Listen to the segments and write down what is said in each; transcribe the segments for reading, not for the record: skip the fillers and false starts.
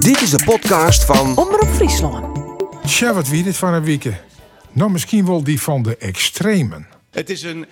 Dit is de podcast van Omroep Friesland. Tja, wat wie dit van een week? Nou, misschien wel die van de extremen. Het is een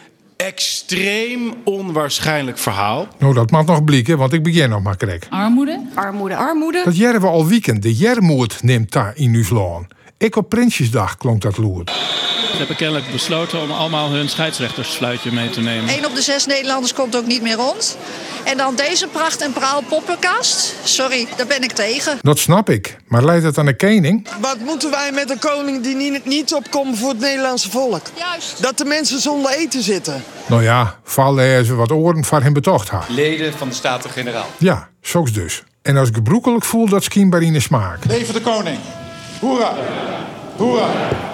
extreem onwaarschijnlijk verhaal. Nou, dat mag nog blikken, want ik begin nog maar krek. Armoede. Dat jaren we al weekend. De jermoed neemt daar in uw loon. Ik op Prinsjesdag klonk dat loerd. Ze hebben kennelijk besloten om allemaal hun scheidsrechtersfluitje mee te nemen. 1 op de 6 Nederlanders komt ook niet meer rond. En dan deze pracht en praal poppenkast. Sorry, daar ben ik tegen. Dat snap ik, maar leidt het aan de koning? Wat moeten wij met een koning die niet opkomt voor het Nederlandse volk? Juist. Dat de mensen zonder eten zitten. Nou ja, vallen ze wat oren van hem betocht had. Leden van de Staten-Generaal. Ja, zo's dus. En als ik gebroekelijk voel, dat schijnbaar in de smaak. Leven de koning. Hoera. Hoera.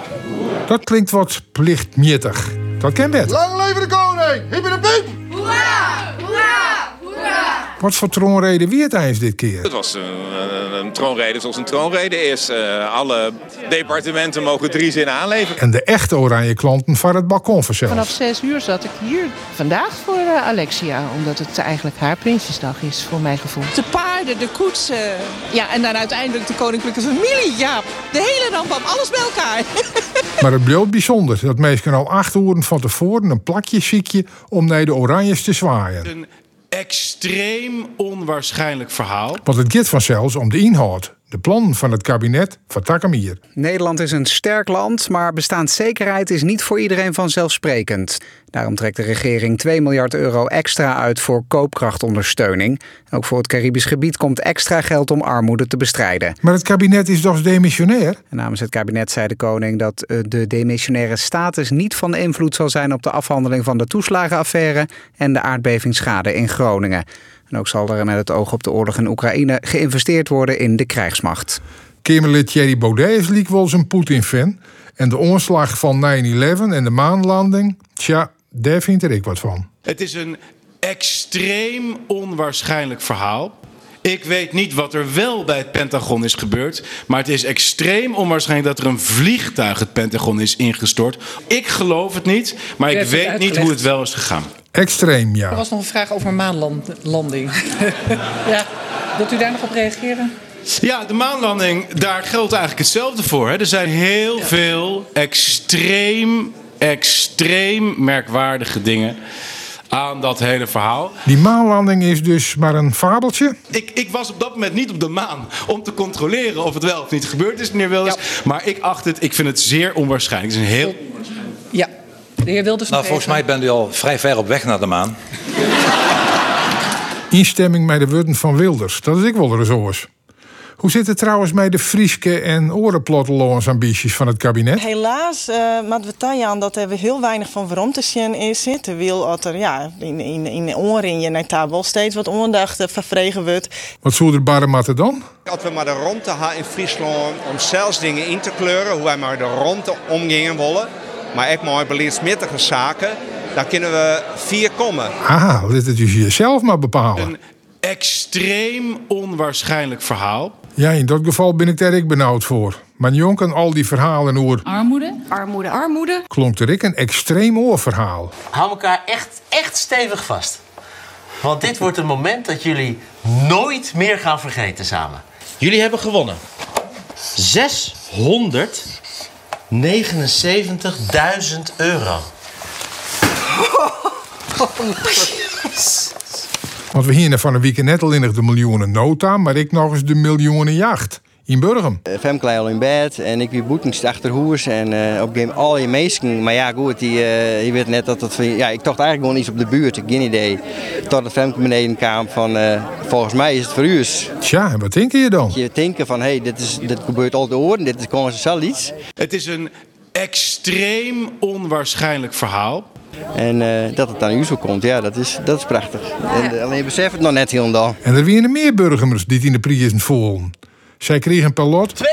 Dat klinkt wat plichtmietig. Dat ken beter. Lang leven de koning. Hier ben de piep. Hoera! Hoera! Hoera! Wat voor troonrede wie het eens dit keer? Het was een troonrede zoals een troonrede is. Alle departementen mogen 3 zinnen aanleveren. En de echte oranje klanten van het balkon verzeld. Vanaf 6 uur zat ik hier vandaag voor Alexia. Omdat het eigenlijk haar Prinsjesdag is, voor mijn gevoel. De paarden, de koetsen. Ja, en dan uiteindelijk de koninklijke familie. Ja, de hele rambam, alles bij elkaar. Maar het bleef bijzonder dat meesten al 8 uur van tevoren een plakje ziekje om naar de oranjes te zwaaien. Een extreem onwaarschijnlijk verhaal. Want het gaat vanzelfs om de inhoud. De plannen van het kabinet van Takamier. Nederland is een sterk land, maar bestaanszekerheid is niet voor iedereen vanzelfsprekend. Daarom trekt de regering 2 miljard euro extra uit voor koopkrachtondersteuning. Ook voor het Caribisch gebied komt extra geld om armoede te bestrijden. Maar het kabinet is toch demissionair? En namens het kabinet zei de koning dat de demissionaire status niet van invloed zal zijn op de afhandeling van de toeslagenaffaire en de aardbevingsschade in Groningen. En ook zal er met het oog op de oorlog in Oekraïne geïnvesteerd worden in de krijgsmacht. Kamerlid Thierry Baudet is liek wel zijn Poetin-fan. En de omslag van 9/11 en de maanlanding, tja, daar vind ik wat van. Het is een extreem onwaarschijnlijk verhaal. Ik weet niet wat er wel bij het Pentagon is gebeurd. Maar het is extreem onwaarschijnlijk dat er een vliegtuig het Pentagon is ingestort. Ik geloof het niet, maar ik weet niet hoe het wel is gegaan. Extreem, ja. Er was nog een vraag over maanlanding. Ja, wilt u daar nog op reageren? Ja, de maanlanding, daar geldt eigenlijk hetzelfde voor. Hè. Er zijn heel veel extreem merkwaardige dingen aan dat hele verhaal. Die maanlanding is dus maar een fabeltje? Ik was op dat moment niet op de maan om te controleren of het wel of niet gebeurd is, meneer Wilders. Ja. Maar ik vind het zeer onwaarschijnlijk. Het is een heel... Ja, de heer Wilders. Nou, volgens mij bent u al vrij ver op weg naar de maan. Instemming met de woorden van Wilders. Dat is ik wel resource. Hoe zit het trouwens met de Frieske en orenplotteloonsambities van het kabinet? Helaas, maar we tellen aan dat er heel weinig van waarom te zien is. Terwijl er in de oren je wel steeds wat aandacht vervregen wordt. Wat zou er barrematten dan? Dat we maar de ronde hebben in Friesland om zelfs dingen in te kleuren, hoe wij maar de ronde omgingen willen. Maar echt mooi beleidsmatige zaken, daar kunnen we 4 komen. Ah, laat het dus jezelf maar bepalen. Een extreem onwaarschijnlijk verhaal. Ja, in dat geval ben ik daar ik benauwd voor. Maar jonken al die verhalen over... Armoede. Klonk er ik een extreem oorverhaal. Hou elkaar echt stevig vast. Want dit wordt een moment dat jullie nooit meer gaan vergeten samen. Jullie hebben gewonnen. 679.000 euro. Want we hier van een week net al in de miljoenen nota, maar ik nog eens de miljoenen jacht. In Burgum. Femke lag al in bed en ik weer boetens achterhoers en op game al je meesken. Maar ja, goed, je weet net dat het. Ja, ik dacht eigenlijk gewoon iets op de buurt, geen idee. Totdat Femke beneden kwam van volgens mij is het voor u. Tja, en wat denk je dan? Je denkt van dit gebeurt al de oren, dit is gewoon zelf iets. Het is een extreem onwaarschijnlijk verhaal. En dat het aan u zo komt, ja, dat is prachtig. En, alleen besef het nog net heel en dan. En er waren meer burgers die het in de prijzen voelden. Zij kregen per lot 22.600.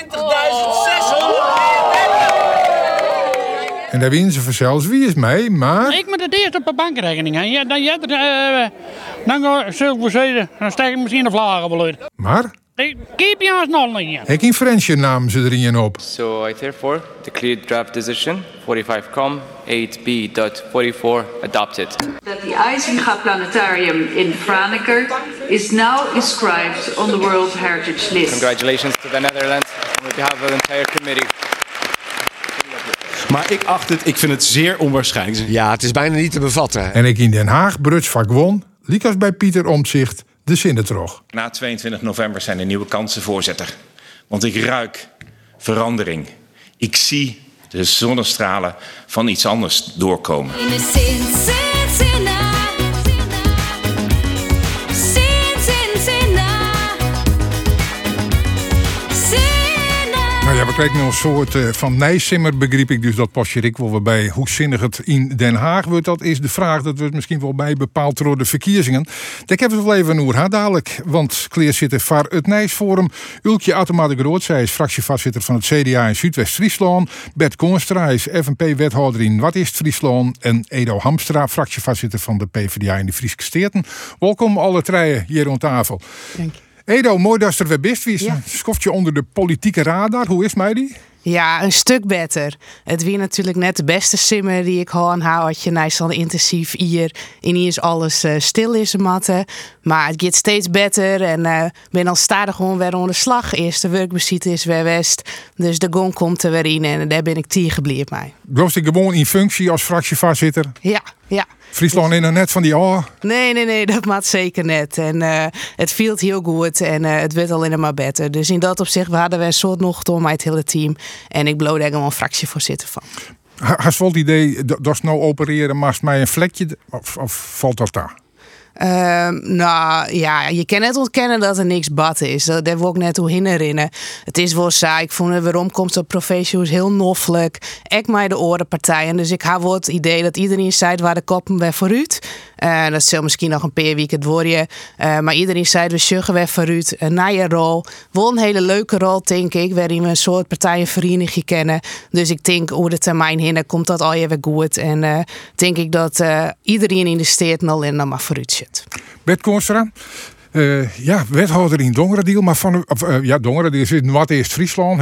En daar winnen ze vanzelfs wie is mee, maar... Ik moet het eerst op een bankrekening hebben. Ja, dan zul ik zeggen, dan steek ik misschien de vlagen wel uit. Maar? Keep je als nog niet. Ik in Fransje namen ze erin op. So I therefore declare draft decision 45com 8b.44 adopted. Dat die IJsliga Planetarium in Franeker is now inscribed on the World Heritage List. Congratulations to the Netherlands on behalf of the entire committee. Maar ik vind het zeer onwaarschijnlijk. Ja, het is bijna niet te bevatten. En ik in Den Haag, Bruts van Gwon, liek bij Pieter Omtzigt de zinnen terug. Na 22 november zijn er nieuwe kansen, voorzitter. Want ik ruik verandering. Ik zie de zonnestralen van iets anders doorkomen. Nou ja, we kregen een soort van nijsimmer, begreep ik dus dat pasje ik wel weer bij. Hoe zinnig het in Den Haag wordt, dat is de vraag. Dat wordt misschien wel bij bepaald door de verkiezingen. Daar hebben we het wel even over dadelijk. Want Kleer zit er voor het Nijsforum. Ulkje Automa de Groot, zij is fractievoorzitter van het CDA in Zuidwest-Friesland. Bert Koonstra is FNP-wethouder in Wat-Ist-Friesland. En Edo Hamstra, fractievoorzitter van de PvdA in de Friese Steerten. Welkom alle treien hier rond tafel. Dank je. Edo, mooi dat je er weer bent. Wie schoft je onder de politieke radar? Hoe is mij die? Ja, een stuk beter. Het wie natuurlijk net de beste simmer die ik hou. Had je Nijsland intensief hier. En hier is alles stil in zijn matten. Maar het gaat steeds beter. En ben al stadig gewoon weer onder de slag. Eerste werkbeziet is weer West. Dus de gong komt er weer in. En daar ben ik tier gebleven mij. Was ik gewoon in functie als fractievoorzitter? Ja. Friesland in een net van die Nee, dat maakt zeker net. En het viel heel goed en het werd alleen maar beter. Dus in dat opzicht hadden we een soort nog door met het hele team. En ik bleef daar gewoon fractievoorzitter van. Had je wel het idee dat ze nou opereren, maar mij een vlekje of valt dat daar? Nou ja, je kan net ontkennen dat er niks bad is. Daar wil ik net hoe herinneren. Het is wel saai. Ik vond het waarom komt op professionals heel noffelijk. Ik mij de orenpartijen. Dus ik heb wel het idee dat iedereen zei waar de koppen weer vooruit. Dat zal misschien nog een paar weken worden. Maar iedereen zei we sjuggen weer vooruit. Een nieuwe rol. Wel een hele leuke rol, denk ik. Waarin we een soort partijenvereniging kennen. Dus ik denk over de termijn heen komt dat al je weer goed. En denk ik dat iedereen in de steden al in dan maar vooruit zit. Bert Koonstra, wethouder in Dongerendiel, maar Dongerendiel is in Wat-Ist-Friesland.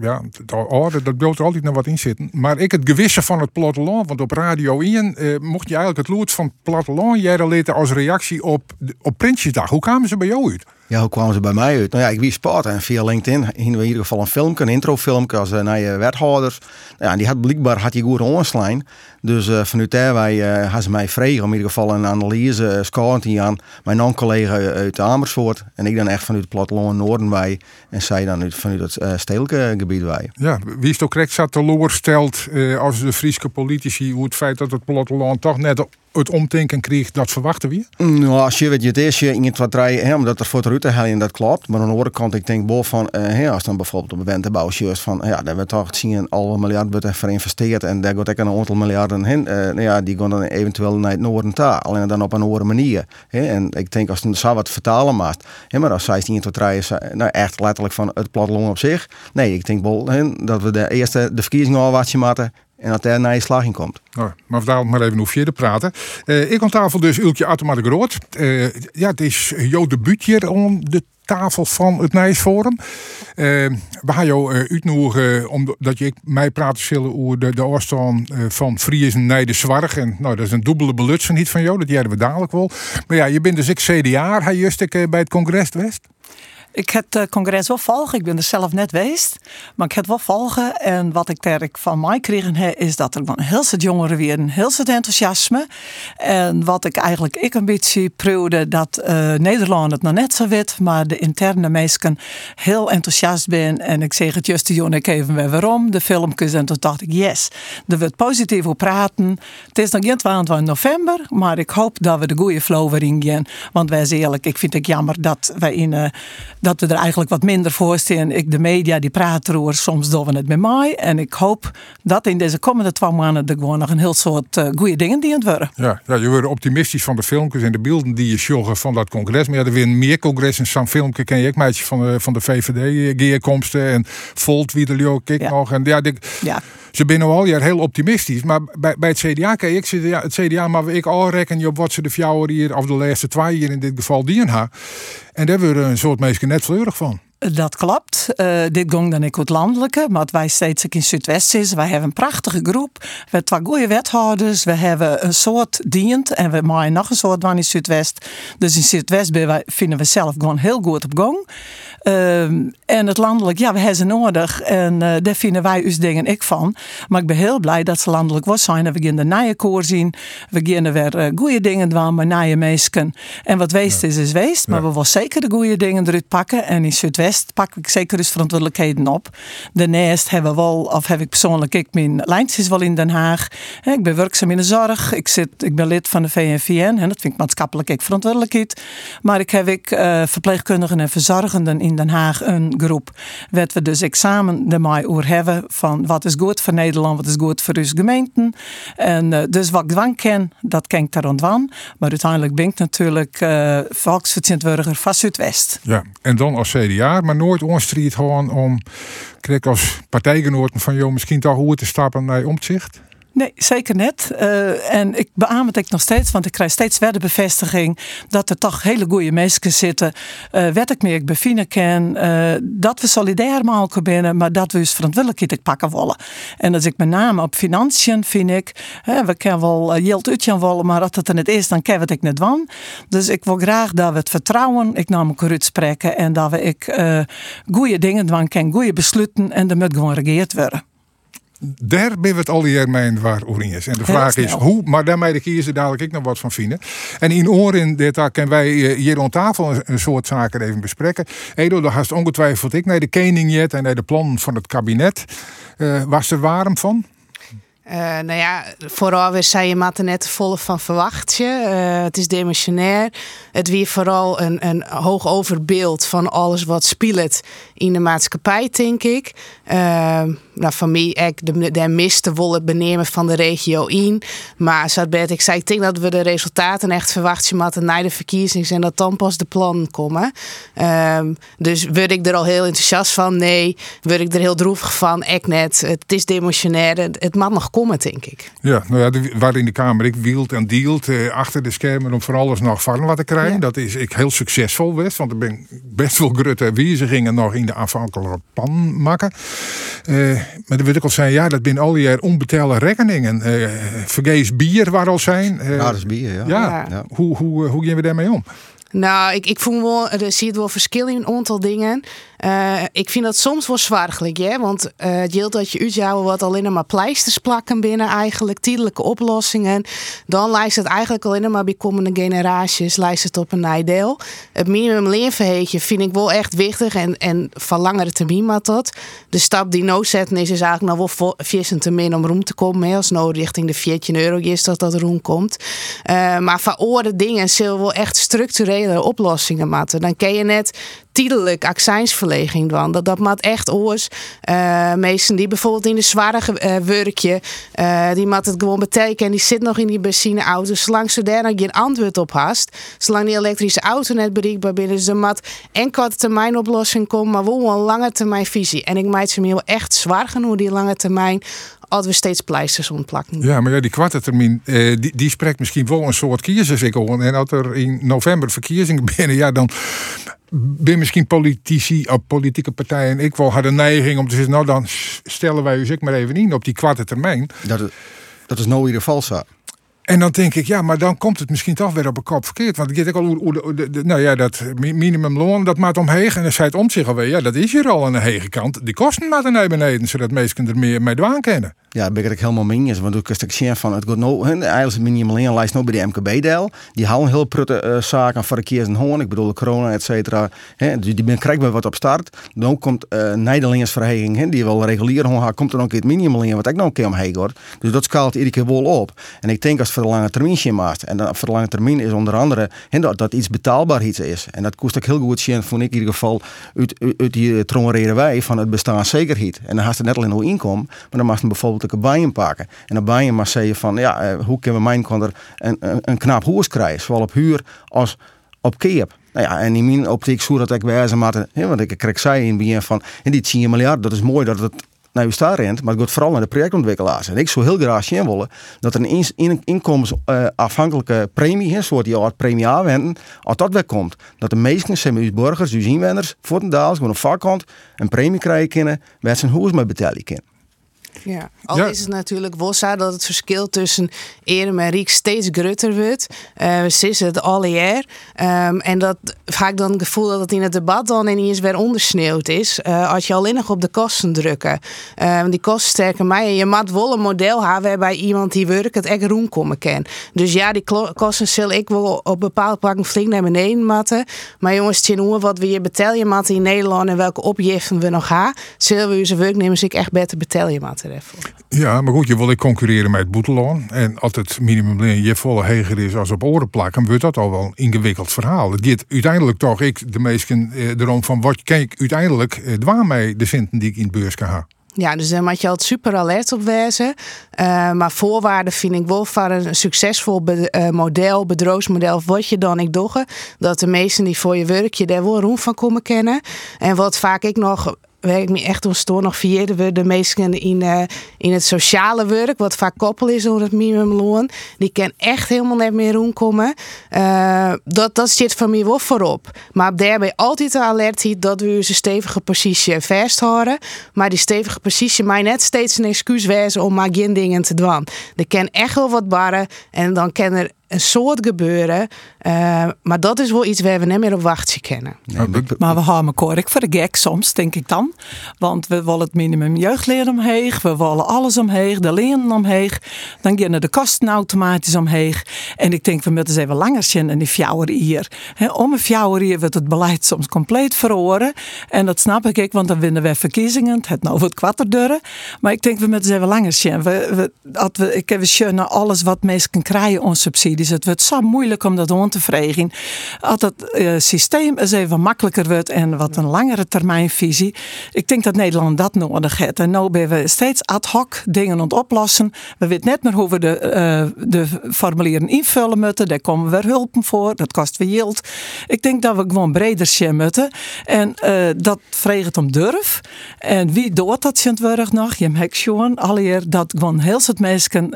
Dat beeld er altijd naar wat in zitten. Maar ik het gewisse van het platteland, want op Radio 1 mocht je eigenlijk het lood van het platteland jaren later als reactie op Prinsjesdag. Hoe kwamen ze bij jou uit? Ja, hoe kwamen ze bij mij uit? Nou ja, ik wie sport en via LinkedIn hingen we in ieder geval een filmpje, een introfilmpje als naar je wethouders. Ja, die had blijkbaar goed online. Dus vanuit daar hadden ze mij vregen om in ieder geval een analyse scouting aan mijn collega uit Amersfoort. En ik dan echt vanuit het platteland Noorden bij. En zij dan vanuit het stedelijke gebied bij. Ja, wie is toch correct zat teleurgesteld als de Friese politici hoe het feit dat het platteland toch net het omdenken kreeg, dat verwachten we? Nou, als je weet, het is je in het wat rijden, omdat er voor de route halen, dat klopt. Maar aan de andere kant, ik denk boven van, als dan bijvoorbeeld op een wentebouwsjuist van, daar wordt toch zien al een miljard wordt er voor investeerd en daar gaat ook een aantal miljarden heen. Die gaan dan eventueel naar het noorden toe, alleen dan op een andere manier. En ik denk als het zo wat vertalen maakt, maar als 16 tot rijden, echt letterlijk van het platteland op zich. Nee, ik denk wel dat we de verkiezingen al wat je maken. En dat daar naar je slag in komt. Nou, maar we daar maar even over verder praten. Ik aan tafel dus Ulkje Automa de Groot. Het is jouw debuut hier om de tafel van het Nijsforum. We gaan jou uitnodigen omdat je mij praat zullen over de afstand van Friesen naar de Zwarg. En nou, dat is een dubbele belutsen niet van jou. Dat hebben we dadelijk wel. Maar ja, je bent dus CDA. Hij juist bij het congres West. Ik heb het congres wel volgen. Ik ben er zelf net geweest. Maar ik heb het wel volgen. En wat ik daar van mij kreeg is dat er heel veel jongeren weer een heel veel enthousiasme. En wat ik eigenlijk een beetje proefde dat Nederland het nog net zo weet. Maar de interne mensen heel enthousiast ben. En ik zeg het juist de jongen even weer waarom. De filmpjes en toen dacht ik yes. Er wordt positief op praten. Het is nog geen 22 november. Maar ik hoop dat we de goede flow weer in gaan. Want wij zijn eerlijk. Ik vind het jammer dat wij dat we er eigenlijk wat minder voor staan. De media die praten erover, soms doen we het met mij. En ik hoop dat in deze komende 2 maanden er gewoon nog een heel soort goede dingen die het worden. Ja, je wordt optimistisch van de filmpjes en de beelden die je sjoggen van dat congres. Maar er weer meer congres en zo'n filmpje ken je ook meisje van de VVD-geerkomsten en Volt wie er ook nog. En ze zijn al heel optimistisch. Maar bij het CDA kan ik zeggen, het CDA maar ik al rekken op wat ze de fjouwer hier, of de laatste 2 hier in dit geval die ha. En daar worden een soort mensen net fleurig van. Dat klopt. Dit ging dan ook het landelijke, maar wij steeds ook in Zuidwest is. Wij hebben een prachtige groep. We hebben 2 goede wethouders. We hebben een soort dient en we maken nog een soort van in Zuidwest. Dus in Zuidwest vinden we zelf gewoon heel goed op gang. En het landelijk, ja, we hebben ze nodig. En daar vinden wij ons dingen ik van. Maar ik ben heel blij dat ze landelijk was zijn. En we gaan de nieuwe koor zien. We gaan weer goede dingen doen met nieuwe mensen. En wat weest is weest. Maar we willen zeker de goede dingen eruit pakken. En in Zuidwest pak ik zeker dus verantwoordelijkheden op. Daarnaast hebben we wel, of heb ik persoonlijk, mijn lijntjes wel in Den Haag. Ik ben werkzaam in de zorg. Ik ben lid van de VNVN. En dat vind ik maatschappelijk ook verantwoordelijkheid. Maar ik heb verpleegkundigen en verzorgenden in Den Haag een groep. Waar we dus examen ermee over hebben van wat is goed voor Nederland, wat is goed voor uw gemeenten. En dus wat ik dwang ken, dat ken ik daar ontwan. Maar uiteindelijk ben ik natuurlijk volksvertegenwoordiger van Zuidwest. Ja, en dan als CDA, maar nooit onstrijd gewoon om, kijk als partijgenoten van jou misschien toch hoe te stappen naar Omtzigt? Nee, zeker net. En ik beaam het nog steeds, want ik krijg steeds weer de bevestiging dat er toch hele goede mensen zitten. Wat ik meer bevinden ken, dat we solidair maken binnen, maar dat we dus verantwoordelijkheid pakken willen. En als ik met name op financiën vind ik, we kunnen wel geld uitgaan willen, maar als het er net is, dan kan het ik net van. Dus ik wil graag dat we het vertrouwen, ik nam elkaar uitspreken en dat we goede dingen doen kunnen, goede besluiten en er moet gewoon regeerd worden. Daar ben we het al die mee waar Oranje. En de vraag is hoe, maar daarmee de kiezer dadelijk ik nog wat van vinden. En in oren, daar kunnen wij hier aan tafel een soort zaken even bespreken. Edo, daar hast ongetwijfeld ik naar de koning jet en naar de plannen van het kabinet. Was er warm van? Nou ja, vooral weer zei je maar net volle van verwacht je. Het is demissionair. Het weer vooral een hoog overbeeld van alles wat speelt in de maatschappij, denk ik. Nou, van mij, de miste wil het benemen van de regio in. Maar ik zei, ik denk dat we de resultaten echt verwachten moeten na de verkiezingen en dat dan pas de plannen komen. Dus word ik er al heel enthousiast van? Nee. Word ik er heel droevig van? Ik net. Het is demissionair. Het mag nog komen, denk ik. Ja, nou ja, waar in de Kamer ik wield en dealt achter de schermen om voor alles nog van wat te krijgen. Ja. Dat is ik heel succesvol geweest, want er ben best wel grutte wijzigingen nog in de aanvankelijke pan maken. Maar dan wil ik al zeggen, ja, dat zijn al die onbetaalde rekeningen. Vergees bier waar al zijn. Dat is bier, ja. Ja. Hoe gaan we daarmee om? Nou, ik voel wel, er zit wel verschil in een aantal dingen. Ik vind dat soms wel zwaargelijk, hè? Want het geldt dat je uitjouwen wat alleen maar pleisters plakken binnen eigenlijk, tijdelijke oplossingen. Dan lijst het eigenlijk alleen maar bij komende generaties, lijst het op een nadeel. Het minimum leerverheetje vind ik wel echt wichtig en van langere termijn maar dat. De stap die nou zetten is eigenlijk nog wel 4 termijn om roem te komen. Hè? Als nou richting de €14 is dat roem komt. Maar van oren dingen zullen wel echt structurele oplossingen maken. Dan kun je net tijdelijk accijnsverleging doen. Dat maakt echt oors. Mensen die bijvoorbeeld in de zware werkje, die maakt het gewoon betekenen. Die zit nog in die benzineauto. Zolang ze daar nog geen antwoord op hast. Zolang die elektrische auto net bereikbaar binnen is, dan maakt en korte termijn oplossing komen, maar wel een lange termijn visie. En ik maak ze me heel echt zwaar genoeg die lange termijn. Als we steeds pleisters ontplakken. Ja, maar ja, die kwarte termijn, die spreekt misschien wel een soort kiezersikkel. En als er in november verkiezingen binnen, ja, dan ben misschien politici of politieke partijen ik wel hadden neiging om te zeggen, nou dan stellen wij u maar even in op die kwarte termijn. Dat is nou in ieder geval zo. En dan denk ik, ja, maar dan komt het misschien toch weer op een kop verkeerd. Want ik weet ook al nou ja, dat minimumloon, dat maakt omheen. En dan zei het om zich alweer, ja, dat is hier al aan de hege kant. Die kosten maar naar beneden, zodat mensen er meer mee dwaan kennen. Ja, daar ben ik helemaal mee eens. Want ik zie van, het gaat nou, eigenlijk het minimumloon lijst nou bij de MKB-deel. Die houden heel prutte zaken voor de keer en hoorn. Ik bedoel, de corona, et cetera. Die ben krijg bij wat op start. Dan komt Nederlandsverheging, die wel regulier hoor, komt er nog het minimumloon, wat ik nog een keer omheen hoor. Dus dat schaalt iedere keer wel op. En ik denk als voor de lange termijn zien maakt. En dan voor de lange termijn is onder andere dat iets betaalbaar iets is. En dat kost ik heel goed zien, vond ik in ieder geval uit die trongereren wij van het bestaanszekerheid. En dan haast het net alleen nog inkomen, maar dan mag je bijvoorbeeld een bijen pakken. En dan bijen maar zeggen van, ja, hoe kunnen we mijn kant een knap huis krijgen, zowel op huur als op keep. Nou ja, en in mijn optiek zou dat ik wijzen, want ik kreeg zei in het begin van, en die 10 miljard, dat is mooi dat het naar uw staat rent, maar het gaat vooral naar de projectontwikkelaars. En ik zou heel graag zien willen dat er een inkomensafhankelijke premie, een soort die premie aanwenden, als dat wegkomt, dat de meesten, zeg maar, uw burgers, uw inwoners, voor de daals, gewoon op vakkant, een premie krijgen kunnen, waar ze hun huis mee betalen kunnen. Ja, al is het natuurlijk wel zo dat het verschil tussen Arm en Rijk steeds groter wordt. We zien het al jaar. En dat vaak dan het gevoel dat het in het debat dan ineens weer ondersneeuwd is. Als je alleen nog op de kosten drukken. Die kosten sterken mij. Je moet wel een model hebben waarbij iemand die werkt het echt roem komen kan. Dus ja, die kosten zal ik wel op bepaalde pakken flink naar beneden matten. Maar jongens, tien wat we hier betalen matten in Nederland en welke opgiften we nog gaan, zullen we onze werknemers ik echt beter betalen matten. Ja, maar goed, je wil ik concurreren met het boeteloon. En als het minimumloon je volle heger is als op oren plakken, wordt dat al wel een ingewikkeld verhaal. Het gaat uiteindelijk toch, de meesten erom van wat kijk uiteindelijk dwaan mij de centen die ik in de beurs kan hebben. Ja, dus daar moet je altijd super alert op wezen. Maar voorwaarden vind ik wel voor een succesvol bedrijfsmodel, wat je dan ik doggen, dat de meesten die voor je werkje daar wel roem van komen kennen. En wat vaak ik nog waar ik me echt ontstoor nog vierde we de meesten in het sociale werk, wat vaak koppel is onder het minimumloon, die kan echt helemaal niet meer rondkomen. Dat zit van mij wel voorop. Maar daarbij altijd de alert dat we onze stevige positie vasthouden. Maar die stevige positie mij net steeds een excuus wezen om maar geen dingen te doen. Er kan echt wel wat barren en dan kan er een soort gebeuren. Maar dat is wel iets waar we niet meer op wachten kennen. Maar we houden elkaar ook voor de gek soms, denk ik dan. Want we willen het minimum jeugdleer omheeg. We willen alles omheeg, de lenen omheeg. Dan gaan de kosten automatisch omheeg. En ik denk, we moeten eens even langer zien in die 4 jaar. Om een 4 jaar wordt het beleid soms compleet verloren. En dat snap ik, want dan winnen we verkiezingen. Het nou wat kwatterdurren. Maar ik denk, we moeten eens even langer zien. Ik heb zien naar alles wat mensen krijgen aan subsidies. Het wordt zo moeilijk om dat aan te vregen. Als het systeem eens even makkelijker wordt en wat een langere termijnvisie. Ik denk dat Nederland dat nodig heeft. En nu ben we steeds ad hoc dingen aan het oplossen. We weten net meer hoe we de formulieren invullen moeten. Daar komen weer hulpen voor. Dat kost weer geld. Ik denk dat we gewoon breder zien moeten. En dat vraagt om durf. En wie doet dat zintwerk nog? Je hebt gewoon alleer dat gewoon heel veel mensen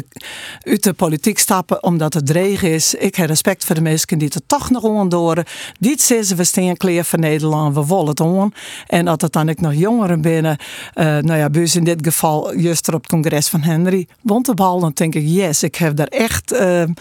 uit de politiek stappen omdat het dreig is. Ik heb respect voor de mensen die het toch nog onderdoren. Die zeggen we staan klaar voor Nederland. We willen het on. En dat het dan ook nog jongeren binnen. Buis in dit geval juist op het congres van Henry Bontebal. Dan denk ik, yes, ik heb daar echt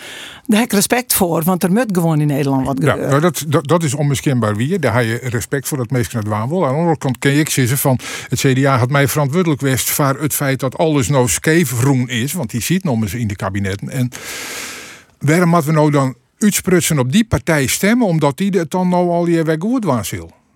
respect voor. Want er moet gewoon in Nederland wat gebeuren. Ja, dat is onmiskenbaar weer. Daar heb je respect voor dat mensen het waan willen. Aan de andere kant kan ik zeggen van het CDA had mij verantwoordelijk geweest voor het feit dat alles nou skeefroen is. Want die zit nog eens in de kabinetten. En waarom moeten we nou dan uitsprutsen op die partij stemmen, omdat die het dan nou al die weg goed was?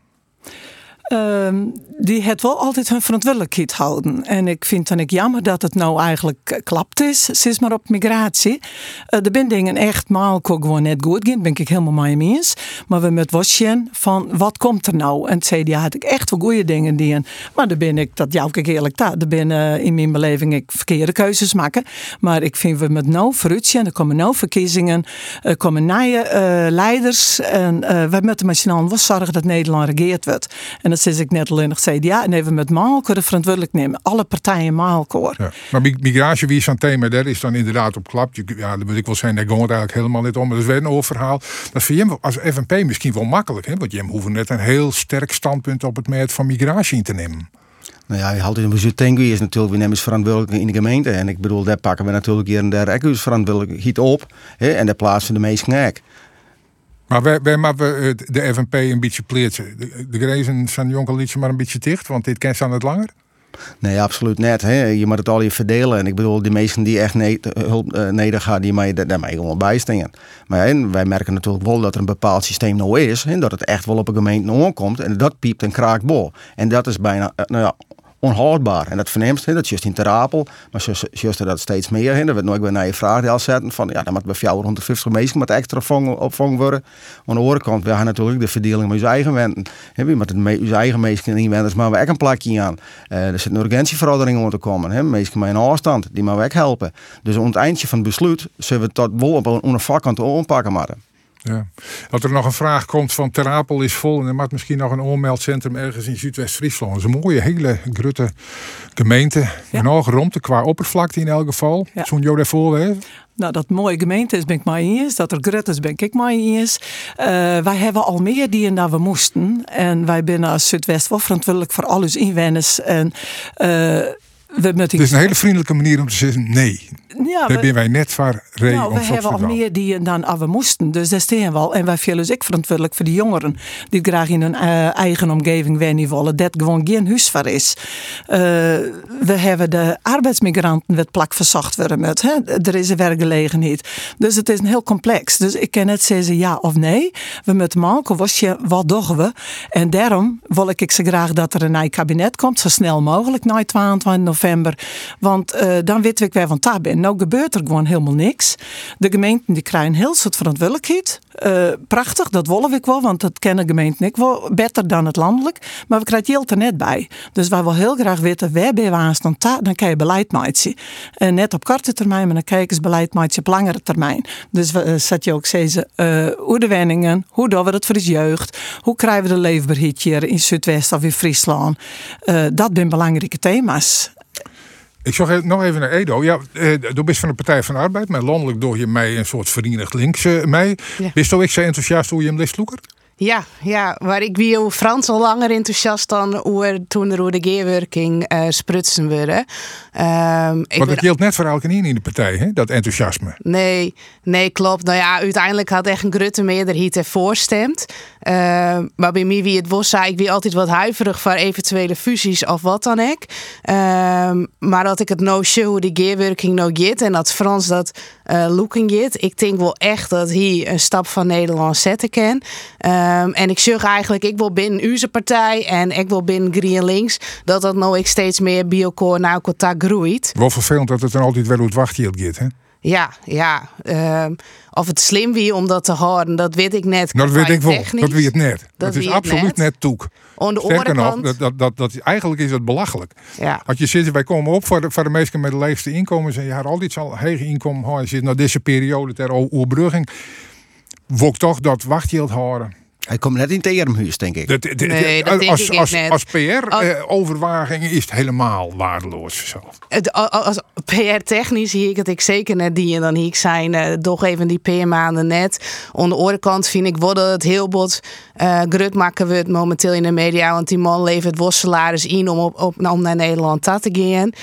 Die het wel altijd hun verantwoordelijkheid houden. En ik vind dan jammer dat het nou eigenlijk klapt is, sinds maar op migratie. De bindingen echt maal gewoon net goed gaan, ben ik helemaal mee eens. Maar we moeten wel zien van wat komt er nou? En het CDA had ik echt wel goede dingen die. Maar daar ben ik, dat jou ik eerlijk daar. Er ben in mijn beleving ik verkeerde keuzes maken. Maar ik vind we met nou vooruit zien. Er komen nou verkiezingen, er komen nieuwe leiders. En we moeten met z'n allen wel zorgen dat Nederland regeerd wordt. En dat is ik net alleen nog CDA. En even met Maalkoor verantwoordelijk nemen. Alle partijen Maalkoor. Ja. Maar migratie, wie is zo'n thema, daar is dan inderdaad op klapt. Ja, dat wil ik wel zijn, daar gaat het eigenlijk helemaal niet om. Maar dat is weer een oververhaal. Dat vind je als FNP misschien wel makkelijk. Hè? Want je hoeft net een heel sterk standpunt op het merk van migratie in te nemen. Nou ja, je houdt in de Tengu is natuurlijk, we nemen verantwoordelijk in de gemeente. En ik bedoel, daar pakken we natuurlijk hier en daar ook verantwoordelijkheid op. Hè? En daar plaatsen de meesten ook. Maar wij maken de FNP een beetje pleertje. De grenzen zijn jonkel liedje maar een beetje dicht, want dit kent aan het langer. Nee, absoluut net. Hè. Je moet het al je verdelen. En ik bedoel, die mensen die echt hulp nodig gaan, die mij daar gewoon bijstaan. Maar wij merken natuurlijk wel dat er een bepaald systeem nou is. En dat het echt wel op een gemeente aankomt. En dat piept en kraakt bol. En dat is bijna onhoudbaar. En dat verneemt, dat is juist in Ter Apel, maar juist dat steeds meer. Er wordt nooit weer naar je vraag zetten van, ja, dan moet bij 450 mensen met extra opvang worden. Aan de andere kant, we hebben natuurlijk de verdeling met uw eigen wenden. We moeten uw eigen mensen en inwoners, maar we ook een plakje aan. Er zit een urgentieverordening om te komen. Mensen met een afstand, die maar we ook helpen. Dus aan het eindje van het besluit zullen we dat wel op een vakant aanpakken moeten. Ja. Dat er nog een vraag komt van Ter Apel is vol en er moet misschien nog een oormeldcentrum ergens in Zuidwest-Friesland. Dat is een mooie, hele grote gemeente. Ja. Nog rond qua oppervlakte in elk geval. Ja. Zo'n jou daarvoor wezen? Nou, dat mooie gemeente is, ben ik mee eens. Dat er grut is, ben ik mee eens. Wij hebben al meer die dan we moesten. En wij zijn als Zuidwest wel verantwoordelijk voor al onze inwoners. En het is een hele vriendelijke manier om te zeggen nee. Ja, daar zijn wij net voor reden. Nou, we hebben al meer die dan we moesten. Dus daar staan we al. En wij voelen ons ook verantwoordelijk voor de jongeren. Die graag in hun eigen omgeving wonen willen. Dat gewoon geen huis voor is. We hebben de arbeidsmigranten met plak verzacht worden met. Er is een werkgelegenheid. Dus het is een heel complex. Dus ik kan net zeggen ja of nee. We moeten maken wat doen we. En daarom wil ik zo graag dat er een nieuw kabinet komt. Zo snel mogelijk na 22 november. Want dan weten we weer van daar ben. Nou gebeurt er gewoon helemaal niks. De gemeenten die krijgen heel soort verantwoordelijkheid. Prachtig, dat willen we wel, want dat kennen gemeenten ik wel beter dan het landelijk. Maar we krijgen het er net bij. Dus wij willen heel graag weten waar ben je aan dan kan je beleid maken. Net op korte termijn, maar dan kijk je beleid maken op langere termijn. Dus zat je ook zeggen, hoe de wenningen, hoe doen we dat voor de jeugd, hoe krijgen we de leefbaarheid hier in Zuidwest of in Friesland. Dat zijn belangrijke thema's. Ik zag nog even naar Edo. Ja, du bent van de Partij van de Arbeid, maar landelijk door je mij een soort verenigd links mee. Ja. Bist ook zo enthousiast hoe je hem leest loekert? Ja, maar ik wie Frans al langer enthousiast dan toen er de geerwerking sprutsen werden. Maar dat geldt net voor elke in de partij, hè? Dat enthousiasme. Nee, klopt. Nou ja, uiteindelijk had echt een grote meerderheid ervoor stemt. Maar bij mij wie het was, zei ik wie altijd wat huiverig voor eventuele fusies of wat dan ook. Maar dat ik het nou show de geerwerking nou get en dat Frans dat looking get. Ik denk wel echt dat hij een stap van Nederland zetten kan. En ik zeg eigenlijk, ik wil binnen onze partij en ik wil binnen GroenLinks dat nou ik steeds meer bij elkaar naar contact groeit. Wel vervelend dat het dan altijd wel hoe het wachtgeld gaat, hè? Ja. Of het slim wie om dat te houden, dat weet ik net. Nou, dat weet ik wel. Dat weet het net. Dat is absoluut net toek. Sterker nog, dat eigenlijk is het belachelijk. Ja. Als je zit, wij komen op voor de mensen met de leegste inkomens en je had altijd zo'n hoge inkomen. Je zit naar deze periode ter overbrugging. Wou ik toch dat wachtgeld houden. Hij komt net in het termhuis, denk ik. Dat denk ik net. Als PR-overwaging is het helemaal waardeloos. Zo. Als PR-technisch zie ik het ik zeker net die en dan hier zijn toch even die PR-maanden net. Aan de andere kant vind ik wel dat het heel bot grut maken wordt momenteel in de media. Want die man levert wel salaris in om naar Nederland te gaan.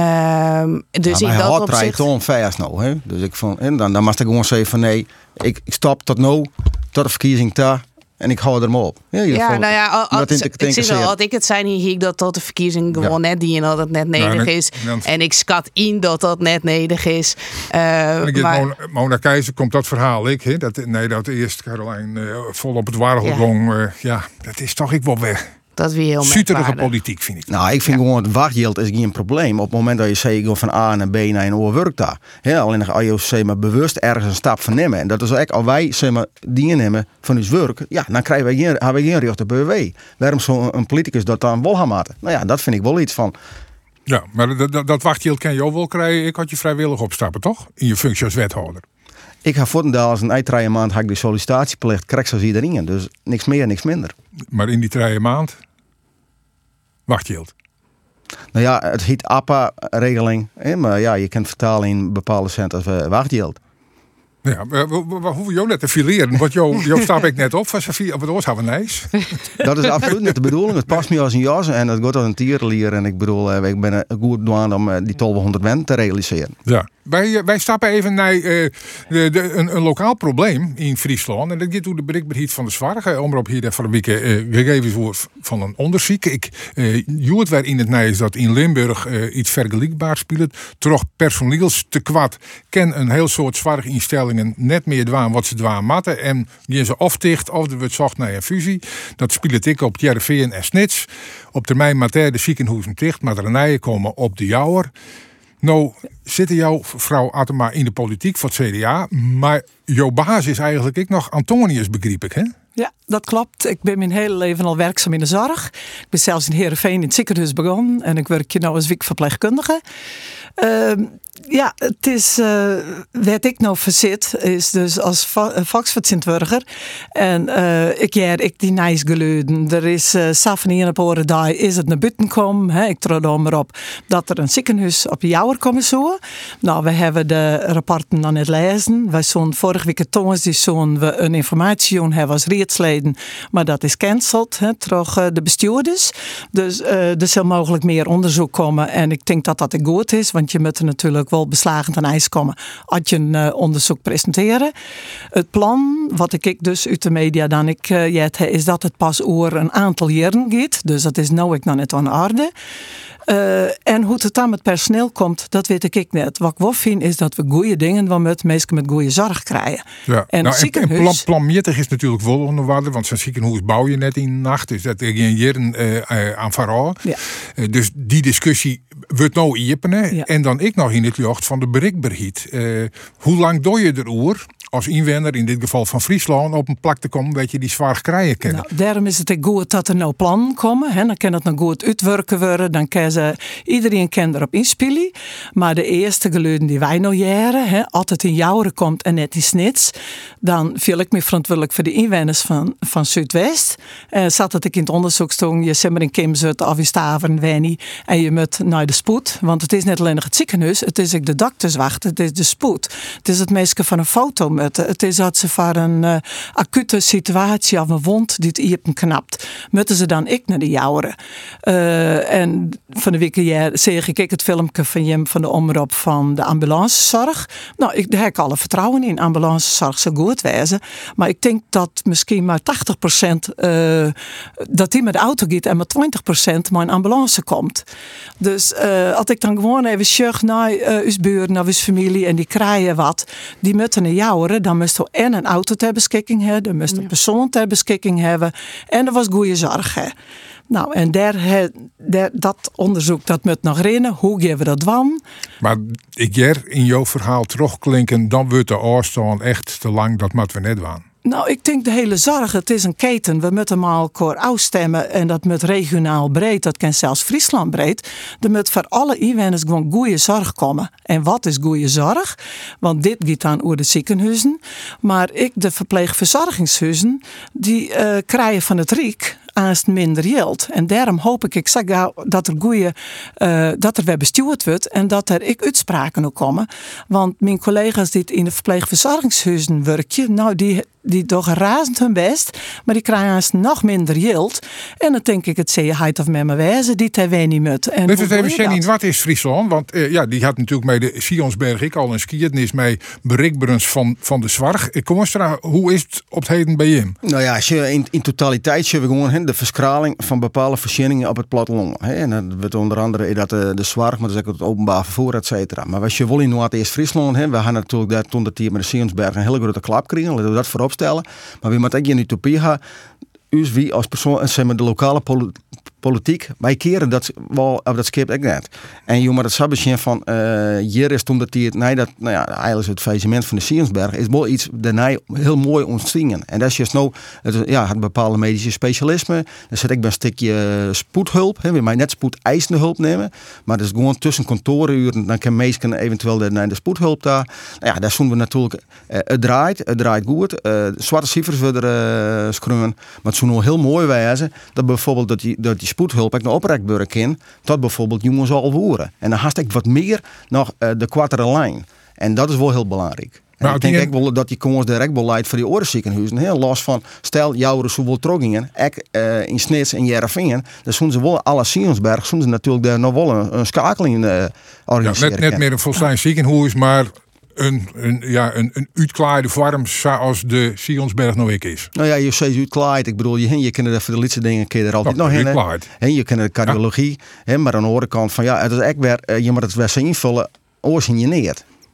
Dus maar in hij dat had opzicht... ton vers nou. Hè? Dus ik vond, en dan moest ik gewoon zeggen van nee, ik stop tot nou, tot de verkiezing daar. En ik hou er maar op. Ik zie wel, als ik het zijn hier dat tot de verkiezing gewoon net die en dat het net nedig is. En ik schat in dat dat net nedig is. Mona Keizer komt dat verhaal dat eerst Caroline vol op het wargelgong. Dat is toch ik wel weg. Dat weer heel zuterige politiek, vind ik. Nou, ik vind gewoon het wachtgeld is geen probleem. Op het moment dat je zegt, ik ga van A naar B naar een oorwerk daar. Alleen nog als je maar bewust ergens een stap van nemen. En dat is ook als wij dingen nemen van ons werk. Ja, dan hebben we geen recht op BW. Waarom zo'n politicus dat dan wel gaan maken? Nou ja, dat vind ik wel iets van. Ja, maar dat wachtgeld kan je ook wel krijgen. Ik had je vrijwillig opstappen, toch? In je functie als wethouder. Ik ga voortdeel als een 3 maand de sollicitatieplicht. Krijg zoals iedereen. Dus niks meer, niks minder. Maar in die 3 maand? Wachtgeld. Nou ja, het heet APA-regeling. Maar ja, je kunt vertalen in bepaalde cent als wachtgeld. Ja, we hoeven jou net te fileren. Want jou stap ik net op van Sofie op het Oorshouwenijs. Dat is absoluut niet de bedoeling. Het past me als een jas en het gaat als een tierenlier. En ik bedoel, ik ben goed doen om die 1200 mensen te realiseren. Ja. Wij stappen even naar een lokaal probleem in Friesland. En dat gaat door de bereikbaarheid van de zwaar. Omroep hier van de week gegevens voor van een onderzoek. Joert waar in het nijs dat in Limburg iets vergelijkbaars speelt. Toch personeelstekort ken een heel soort zorginstellingen net meer dwaan wat ze dwaan matten. En die ze of dicht of er wordt zocht naar een fusie. Dat speelt ik op Jereveen en Snits. Op termijn mater de ziekenhuizen dicht. Maar de komen op de jouwer. Nou, zitten jouw vrouw Atema in de politiek voor het CDA, maar jouw baas is eigenlijk nog Antonius, begreep ik, hè? Ja, dat klopt. Ik ben mijn hele leven al werkzaam in de zorg. Ik ben zelfs in Heerenveen in het ziekenhuis begonnen. En ik werk hier nu als wijkverpleegkundige. Ja, het is, wat ik nou verzit, is dus als volksvertegenwoordiger. En ik die nice geluiden. Er is Safanie op oren dag is het naar buiten komen. Ik trouw er maar op dat er een ziekenhuis op Jouwer komen zo. Nou, we hebben de rapporten dan net lezen. Wij zo'n vorige week toons die zo'n we een informatie hebben als rietsleden. Maar dat is cancelled, terug de bestuurders. Dus er zal mogelijk meer onderzoek komen. En ik denk dat dat goed is, want je moet er natuurlijk wel beslagen ten ijs komen als je een onderzoek presenteren. Het plan, wat ik dus uit de media dan is dat het pas over een aantal jaren gaat. Dus dat is nou ik nog net aan de orde. En hoe het dan met personeel komt, dat weet ik net. Wat ik wel vind is dat we goede dingen met mensen met goede zorg krijgen. Ja. En ziekenhuis... planmetig is natuurlijk wel onder waarde, want zo'n ziekenhuis bouw je net in de nacht. Dus dat is geen jaren aan vooral. Ja. Dus die discussie wordt nou iepenen. Ja. En dan ik nog in het licht van de bereikbaarheid. Hoe lang doe je erover als inwoner, in dit geval van Friesland, op een plek te komen dat je die zwaar krijgen kan? Nou, daarom is het goed dat er nou plannen komen. Dan kan het nou goed uitwerken worden. Dan kan iedereen kan erop inspelen. Maar de eerste geluiden die wij nou jaren, als het in Jouweren komt en net in Snits, dan viel ik me verantwoordelijk voor de inwoners van Zuidwest. Zat dat ik in het onderzoek stond, je zit maar in Kimzut of in Staveren, Wenny, en je moet naar de spoed. Want het is niet alleen het ziekenhuis, het is ook de dokterswacht, het is de spoed. Het is het meisje van een foto met. Het is dat ze voor een acute situatie of een wond die het iepen knapt. Moeten ze dan ik naar de Jouweren. En van de week zeg ik het filmpje van Jim van de omroep van de ambulancezorg. Nou, daar heb ik alle vertrouwen in. Ambulancezorg zou goed wezen. Maar ik denk dat misschien maar 80% dat die met de auto gaat en maar 20% maar een ambulance komt. Dus als ik dan gewoon even zeg naar uw buurt, naar uw familie en die krijgen wat, die moeten naar Jouweren, dan moest je en een auto ter beschikking hebben, dan moest een persoon ter beschikking hebben en er was goede zorg. Hè. Nou, en dat onderzoek, dat moet nog rennen. Hoe geven we dat dan? Maar ik in jouw verhaal terugklinken, dan wordt de afstand echt te lang, dat moeten we net doen. Nou, ik denk de hele zorg, het is een keten. We moeten maar elkaar afstemmen en dat moet regionaal breed. Dat kan zelfs Friesland breed. Er moet voor alle inwoners gewoon goede zorg komen. En wat is goede zorg? Want dit gaat dan over de ziekenhuizen. Maar de verpleegverzorgingshuizen, die krijgen van het Rijk aanst minder geld. En daarom hoop ik dat er goede, dat er weer bestuurd wordt en dat er uitspraken ook komen. Want mijn collega's die in de verpleegverzorgingshuizen werken, nou die doen razend hun best, maar die krijgen aanst nog minder geld. En dan denk ik het zeeheid of met me wijzen, die ter wij niet moet. En weet het even, Janine, wat is Friesland? Want die had natuurlijk met de Sionsberg ik al een skiertnis mee bereikbaarheid van de zorg. Kom eens eraan, hoe is het op het heden bij hem? Nou ja, in totaliteit zien we gewoon de verskraling van bepaalde voorzieningen op het platteland. En dat wordt onder andere dat de zorg, maar dat is ook het openbaar vervoer, et cetera. Maar als je wil in Noord-Eerst-Friesland, we gaan natuurlijk daar toen de team met de Sionsberg een hele grote klap krijgen, laten we dat voorop stellen. Maar we moeten ook in utopie gaan. Dus wie als persoon, zeg maar de lokale politiek, wij keren dat wel op dat schip ook net. En je moet het sabbatje van hier is toen dat die eigenlijk het faillissement van de Sionsberg is wel iets daarna heel mooi ontzingen. En dat is juist nou het bepaalde medische specialisme. Dan zet ik bij een stukje spoedhulp. We mij net spoedeisende hulp nemen, maar dat is gewoon tussen kantooruren. Dan kan mensen eventueel naar de spoedhulp daar. Nou ja, daar doen we natuurlijk. Het draait goed. Zwarte cijfers worden schreeuwen, maar het zou nog heel mooi wijzen dat bijvoorbeeld dat die spoedhulp ik naar oprekburg kan, tot bijvoorbeeld jongens al voeren. En dan haast ik wat meer nog de kwartere lijn. En dat is wel heel belangrijk. Nou, ik denk ook wel dat die jongens direct beleid voor die oorlogsziekenhuizen heel los van, stel Jouweren zoveel troggingen, in Snits en Jereveen, dan doen ze wel alle Sionsberg, doen ze natuurlijk daar nog wel een schakeling organiseren. Net meer een volstaan ziekenhuis, maar een uitklaarde vorm zoals de Sionsberg nou ik is. Nou ja, je zegt uitklaard. Ik bedoel, je kent er voor de laatste dingen er altijd nog heen. En je kent de cardiologie. Maar aan de andere kant van het is echt weer, je moet het weer invullen, oorsigneerd.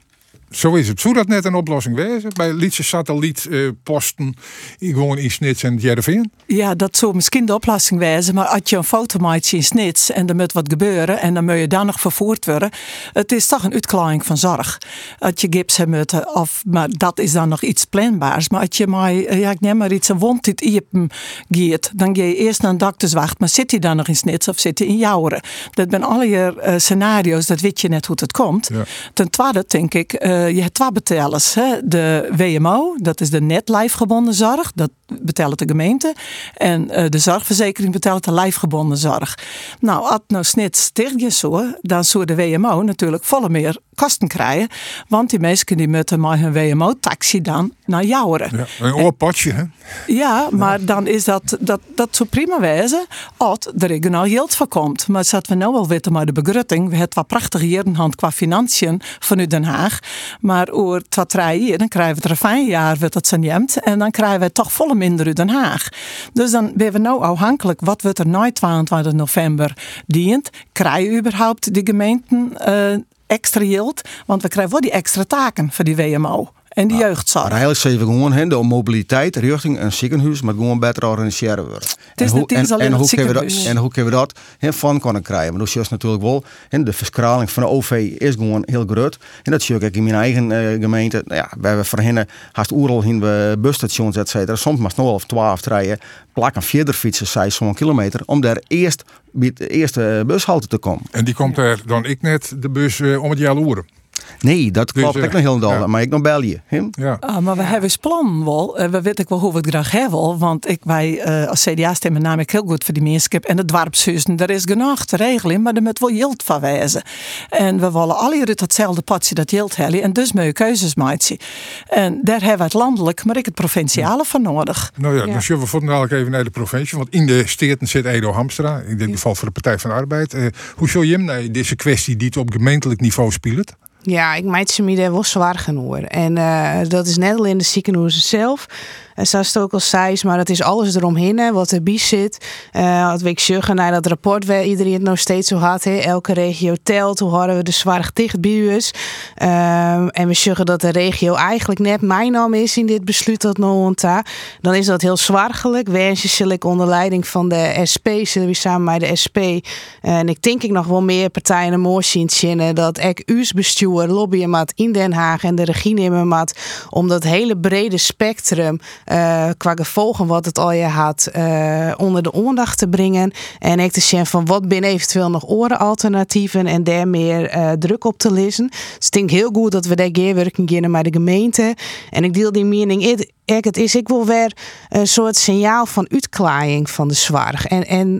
Zo is het. Zou dat net een oplossing wezen? Bij Lietse satellietposten gewoon in Snits en Jereveen? Ja, dat zou misschien de oplossing wezen. Maar als je een foto maakt in Snits en er moet wat gebeuren en dan moet je dan nog vervoerd worden. Het is toch een uitklaring van zorg. Als je gips hebt, maar dat is dan nog iets planbaars. Maar als je maar, ik neem maar iets, een wond dit iepen gaat, dan ga je eerst naar een dokterswacht. Maar zit hij dan nog in Snits of zit hij in Jouweren? Dat zijn alle scenario's, dat weet je net hoe het komt. Ja. Ten tweede denk ik, je hebt twee betalers. Hè? De WMO, dat is de net lijfgebonden zorg. Dat betaalt de gemeente. En de zorgverzekering betaalt de lijfgebonden zorg. Nou, als nou Snits dicht is zo, dan zou de WMO natuurlijk volle meer kosten krijgen. Want die mensen die moeten met hun WMO-taxi dan naar Jouweren. Ja, een oorpotje, hè? Ja, maar dan is dat zo prima wezen als er regionaal geld voor komt. Maar dat we nou wel weten met de begrutting. We hebben wat prachtige jaren qua financiën vanuit Den Haag. Maar over 2-3 jaar, dan krijgen we het refijnjaar, wordt dat neemt. En dan krijgen we toch volle minder uit Den Haag. Dus dan ben we nou afhankelijk. Wat wordt er na 22 november dient? Krijgen überhaupt de gemeenten extra geld? Want we krijgen wel die extra taken voor die WMO. En die jeugdzorg. Maar eigenlijk zeggen we gewoon de mobiliteit richting een ziekenhuis, maar gewoon beter organiseren worden. En hoe kunnen we dat van kunnen krijgen? Maar dat is natuurlijk wel, de verskraling van de OV is gewoon heel groot. En dat zie ik in mijn eigen gemeente. Nou ja, we hebben voorheen haast oeral in de busstations, et cetera. Soms maar 0 of 12 rijden, plakken verder fietsen, 600 kilometer, om daar eerst bij de eerste bushalte te komen. En die komt er dan ik net de bus om het jaar loeren. Nee, dat klopt ik nog heel dal, maar ik nog België. Ja. Maar we hebben eens plan wel. We weten wel hoe we het graag hebben. Want wij als CDA stemmen namelijk heel goed voor die mensen. En de dwarpshuizen, er is genoeg te regelen, maar er moet wel geld van wezen. En we willen alle uit hetzelfde potje dat geld hebben. En dus moet je keuzes maken. En daar hebben we het landelijk, maar ik het provinciale van nodig. Nou ja, dan zullen we vooral even naar de provincie. Want in de steden zit Edo Hamstra. In dit geval voor de Partij van de Arbeid. Hoe zou je hem naar deze kwestie die het op gemeentelijk niveau speelt? Ja, ik meid ze me daar wel zwaar genoeg. En dat is net al in de ziekenhuizen zelf. En zoals het ook al zei, maar het is alles eromheen wat erbij zit. Wat ik zeggen naar dat rapport waar iedereen het nog steeds zo had. Elke regio telt. Hoe houden we de zwaar dicht bij ons? En we zeggen dat de regio eigenlijk net mijn naam is in dit besluit dat nou ontstaat. Dan is dat heel zwaargelijk. Wensjes zal ik onder leiding van de SP, zullen we samen met de SP. En ik denk ik nog wel meer partijen een mooi zien dat ik uw bestuur lobbyen maat in Den Haag en de regie nemen maat om dat hele brede spectrum qua gevolgen wat het al je had onder de aandacht te brengen. En ik te zien van wat binnen eventueel nog orenalternatieven en daar meer druk op te lezen. Dus ik denk heel goed dat we daar gewerking gaan met de gemeente. En ik deel die mening. Ik wil weer een soort signaal van uitklaring van de zorg. En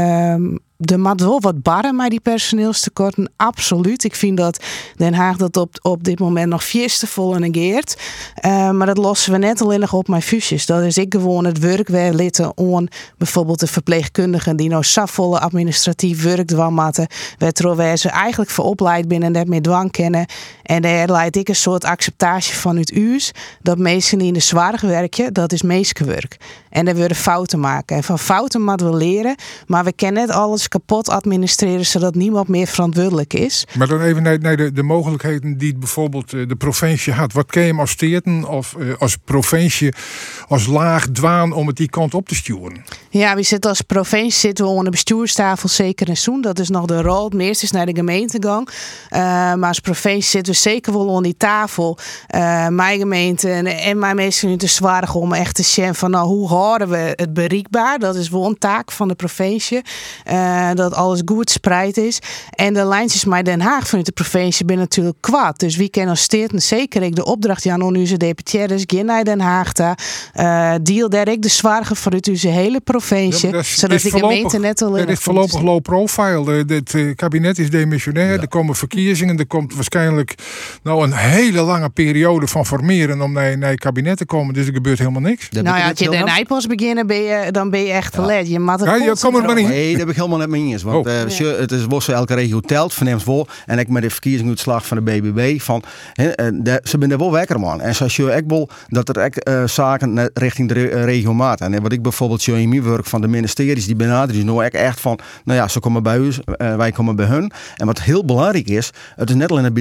er moet wel wat barren met die personeelstekorten, absoluut. Ik vind dat Den Haag dat op dit moment nog vol negeert. Maar dat lossen we net alleen nog op mijn fusies. Dat is ik gewoon het werk weer litten aan bijvoorbeeld de verpleegkundigen die nou volle administratief werk dwang maken, waar ze eigenlijk voor opleid binnen en dat meer dwang kennen. En daar leidt ik een soort acceptatie van het uurs dat mensen die in de zwaar werken, dat is mensenwerk. En daar worden fouten maken. En van fouten moeten we leren, maar we kennen net alles kapot administreren zodat niemand meer verantwoordelijk is. Maar dan even naar de mogelijkheden die bijvoorbeeld de provincie had. Wat ken je hem als steden of als provincie als laag dwaan om het die kant op te sturen? Ja, we zitten als provincie zitten we aan de bestuurstafel zeker en zoen. Dat is nog de rol. Het meest is naar de gemeentegang. Maar als provincie zitten we zeker wel aan die tafel. Mijn gemeente en mijn mensen nu te zwaar om echt te zien van nou, hoe houden we het bereikbaar? Dat is wel een taak van de provincie. Dat alles goed spreid is. En de lijntjes met Den Haag vanuit de provincie ben natuurlijk kwaad. Dus wie kennen als steden zeker ik de opdracht aan onze deputaires gaan naar Den Haag deal daar ik de zwaarge vanuit onze hele provincie. Ja, zodat de gemeente net al. Het is voorlopig low profile. Het kabinet is demissionair. Er komen verkiezingen. Er komt waarschijnlijk nou een hele lange periode van formeren om naar het kabinet te komen. Dus er gebeurt helemaal niks. Als je de nijpels beginnen, dan ben je echt te laat. Je moet het kom er maar niet. Nee, dat heb ik helemaal net mee eens. Want het is wel elke regio telt, verneemt wel. En ik met de verkiezingsuitslag van de BBB van ze zijn er wel wekker man. En zoals je ook wel dat er zaken richting de regio maat. En wat ik bijvoorbeeld in mijn werk van de ministeries die benaderen nou echt van, nou ja, ze komen bij ons, wij komen bij hun. En wat heel belangrijk is, het is net alleen bij de politiek.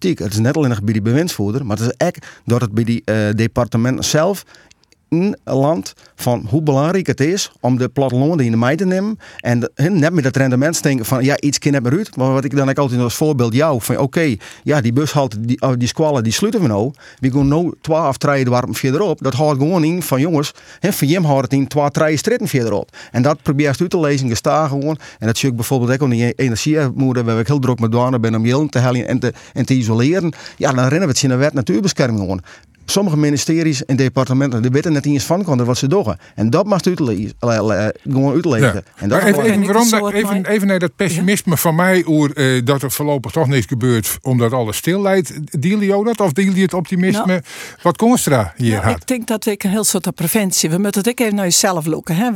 politiek. Het is net alleen nog bij die bewindsvoerder, maar het is ook dat het bij die departementen zelf in een land van hoe belangrijk het is om de plattelonden in de mij te nemen. En net met dat rendement denken van ja, iets kind hebben uit. Maar wat ik dan ook altijd als voorbeeld jou van oké, ja, die bushalte, die squallen, die sluiten we nou. We gaan nou 12 treinen warm verderop. Dat houdt gewoon in van jongens, van Jim houdt het in 12 treinen stritten verderop. En dat probeer je uit te lezen, gestaan gewoon. En dat zie ik bijvoorbeeld ook om die energiemoeder, waar ik heel druk met douane ben om je te hellen en te isoleren. Ja, dan rennen we het in de wet natuurbescherming gewoon. Sommige ministeries en departementen die weten net eens van wat ze doen. En dat mag gewoon uitleggen. Ja. En dat even naar dat pessimisme van mij over dat er voorlopig toch niks gebeurt omdat alles stil leidt. Deal je dat of deel je het optimisme wat Constra hier had? Ik denk dat ik een heel soort preventie. We moeten het even naar jezelf loeken. Hè.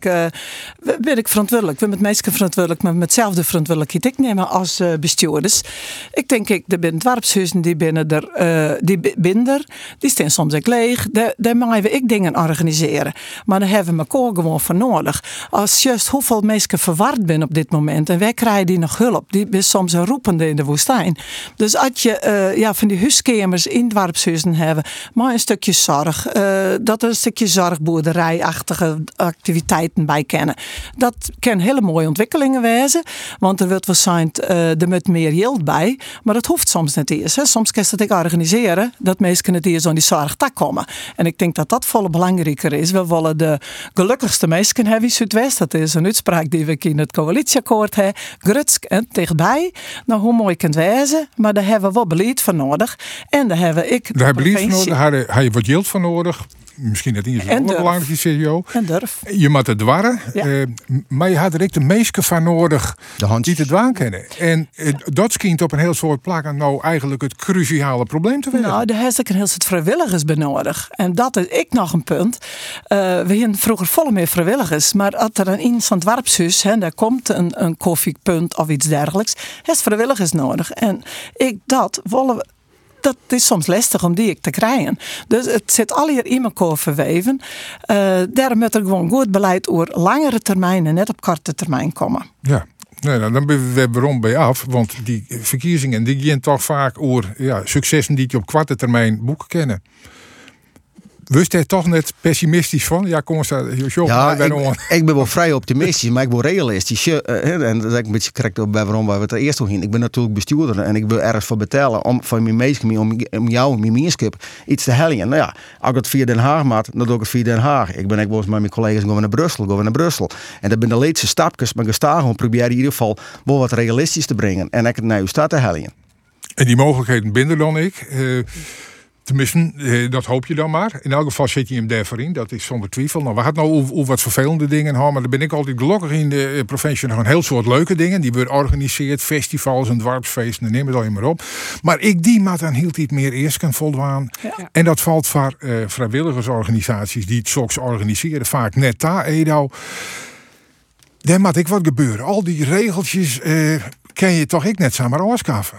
Ben ik verantwoordelijk. We met mensen verantwoordelijk, maar met hetzelfde verantwoordelijkheid ik nemen als bestuurders. Ik denk de binnen dwarpshuizen die binnen er. Die staan soms ook leeg. Daar mogen we dingen organiseren. Maar daar hebben we elkaar gewoon voor nodig. Als juist hoeveel mensen verward zijn op dit moment. En wij krijgen die nog hulp. Die is soms een roepende in de woestijn. Dus als je van die huiskamers in dwarpshuizen hebben. Maar een stukje zorg. Dat er een stukje zorgboerderijachtige activiteiten bij kennen. Dat kan hele mooie ontwikkelingen wezen. Want er wordt waarschijnlijk er moet meer yield bij. Maar dat hoeft soms niet eens. Hè. Soms kan je dat organiseren. Dat mensen het eerst aan die zorg tak komen. En ik denk dat dat volle belangrijker is. We willen de gelukkigste mensen hebben in Zuidwest. Dat is een uitspraak die we in het coalitieakkoord hebben. Grutsk en dichtbij. Nou, hoe mooi kan het wezen. Maar daar hebben we wel beleid voor nodig. En daar hebben ik. Daar heb je beleid voor nodig. Daar heb je wat geld voor nodig. Misschien dat niet zo belangrijk is, CEO. En durf. Je moet het dwarren. Ja. Maar je had er ook de meesten van nodig die het dwaan kennen. En dat schijnt op een heel soort plak aan nou eigenlijk het cruciale probleem te worden. Nou, daar heb ik een heel soort vrijwilligers bij nodig. En dat is ik nog een punt. We hadden vroeger volle meer vrijwilligers. Maar als er in zo'n dwarpshuis, daar komt een koffiepunt of iets dergelijks, heeft vrijwilligers nodig. En dat is soms lastig om die te krijgen. Dus het zit al hier in elkaar verweven. Daarom moet er gewoon goed beleid over langere termijn en net op korte termijn komen. Ja. Nee, nou, dan ben we rond bij af. Want die verkiezingen die gaan toch vaak over successen die je op korte termijn boeken kennen. Was jij toch net pessimistisch van? Ja, kom eens. Ik ben wel vrij optimistisch, maar ik ben realistisch. En dat is een beetje correct bij waarom we het er eerst toe gingen. Ik ben natuurlijk bestuurder en ik wil ergens voor betalen om van mijn meesten, om jou, mijn meerskip, iets te helpen. Nou ja, als ik het via Den Haag maak, dan doe ik het via Den Haag. Ik ben ook met mijn collega's gaan naar Brussel. En dat zijn de laatste stapjes, maar gestaag probeer in ieder geval wel wat realistisch te brengen. En ik het naar uw stad te helpen. En die mogelijkheden binden dan ik. Tenminste, dat hoop je dan maar. In elk geval zit je hem daarvoor in. Dat is zonder twijfel. Nou, we hadden nou over wat vervelende dingen. Maar daar ben ik altijd gelukkig in de provincie nog een heel soort leuke dingen. Die worden georganiseerd. Festivals en dwarpsfeesten. Neem het al maar op. Maar ik die maar dan hield iets meer eerst kan voldwaan. Ja. En dat valt voor vrijwilligersorganisaties die het soms organiseren. Vaak net daar, Edo. Daar moet ik wat gebeuren. Al die regeltjes kan je toch ik net samen afschaffen.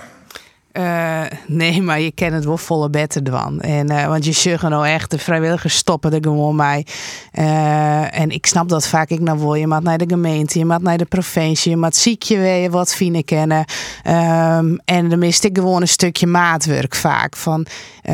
Nee, maar je kent het wel volle beter dan. Want je zegt nou echt, de vrijwilligers stoppen er gewoon mee. En ik snap dat vaak ik nou wil. Je moet naar de gemeente, je moet naar de provincie, je moet ziekje weer wat vinden kennen. En dan mist ik gewoon een stukje maatwerk vaak. Van,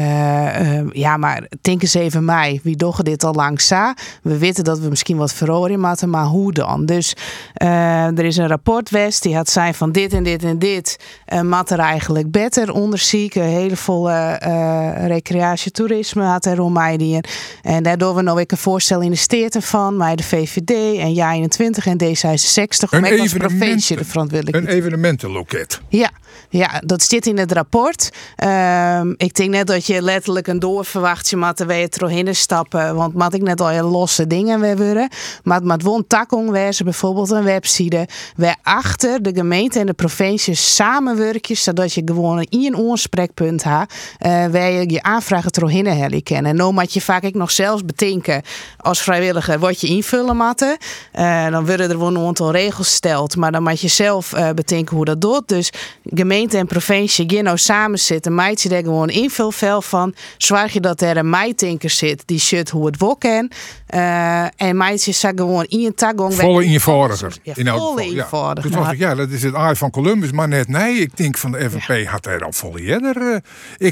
maar denk eens even mij. Wie doen dit al lang sa? We weten dat we misschien wat verhoren moeten, maar hoe dan? Dus er is een rapport West, die had zijn van dit en dit en dit. Mat er eigenlijk beter onderzoeken, hele volle recreatie, toerisme had er ommeidingen. En daardoor we nou ook een voorstel in de steden van, maar de VVD en JA21 en D66 om als provincie de verantwoordelijkheid. Een evenementenloket. Ja, dat zit in het rapport. Ik denk net dat je letterlijk een doorverwacht je moet er weer doorheen stappen, want moet ik net al je losse dingen weer worden. Maar het woon takong wezen bijvoorbeeld een website waar achter de gemeente en de provincie samenwerken, zodat je gewoon in een oorspreekpunt hebt waar je aanvragen doorheen hellen kan. En nou moet je vaak ook nog zelfs bedenken als vrijwilliger wat je invullen moet. Dan worden er wel een aantal regels gesteld, maar dan moet je zelf bedenken hoe dat doet. Dus gemeente en provincie gaan nou samen zitten, maakt je daar gewoon een invulvel van. Zorg je dat er een meiddenker zit die shit hoe het wel kan. En maakt je gewoon in je tagong. Volle eenvoudiger. Ja, volle eenvoudiger. Dus dat is het aard van Columbus, maar net nee. Ik denk van de FNP had wij al volle eerder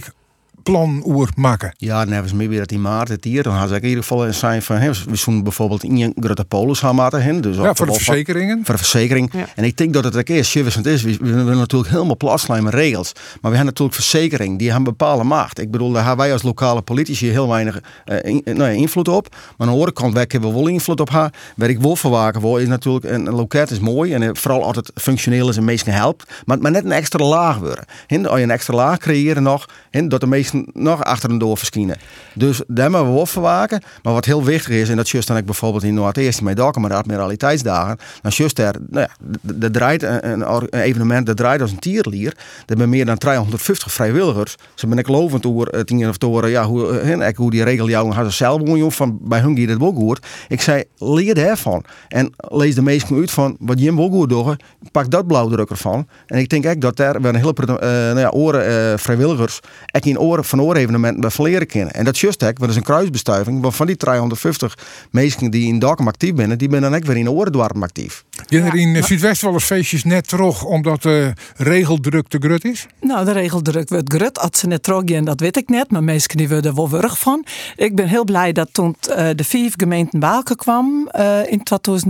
plan oer maken. Ja, dan hebben ze meer weer dat in maart het hier. Dan gaan ze in ieder geval zijn van we zullen bijvoorbeeld in een grote polis gaan maken. Dus voor de verzekeringen. Voor de verzekering. Ja. En ik denk dat het een keer schiffend is. We willen natuurlijk helemaal plaslijm met regels. Maar we hebben natuurlijk verzekering. Die hebben bepaalde macht. Ik bedoel, daar hebben wij als lokale politici heel weinig invloed op. Maar aan de andere kant, wij hebben wel invloed op haar. Waar ik wel verwaken wil, is natuurlijk een loket is mooi. En vooral altijd functioneel is en mensen helpt. Maar net een extra laag worden. Als je een extra laag creëren nog, dat de meesten nog achter en door verschijnen. Dus daar moeten we wel verwaken. Maar wat heel wichtig is, en dat juist dan ik bijvoorbeeld in Noord-Eerst met Dokken, maar de admiraliteitsdagen, dan juist daar, dat draait een evenement, dat draait als een tierlier. Er zijn meer dan 350 vrijwilligers. Ze ben ik lovend over het of toren, hoe die regel jou gaat zelf wonen, van bij hun gaat het wel goed. Ik zei, leer daarvan. En lees de meesten uit van wat je wel goed doet, pak dat blauwdruk ervan. En ik denk echt dat daar een hele oren vrijwilligers in van evenementen bij verleren kennen. En dat is juist want dat is een kruisbestuiving. Want van die 350 mensen die in Dokkum actief zijn, die ben dan ook weer in Oorendwarp actief. Je er in Zuidwest wel eens feestjes net terug omdat de regeldruk te grut is? Nou, de regeldruk wordt grut. Als ze net teruggaan, dat weet ik net. Maar mensen die worden er wel wurg van. Ik ben heel blij dat toen de 5 gemeenten bij elkaar kwam in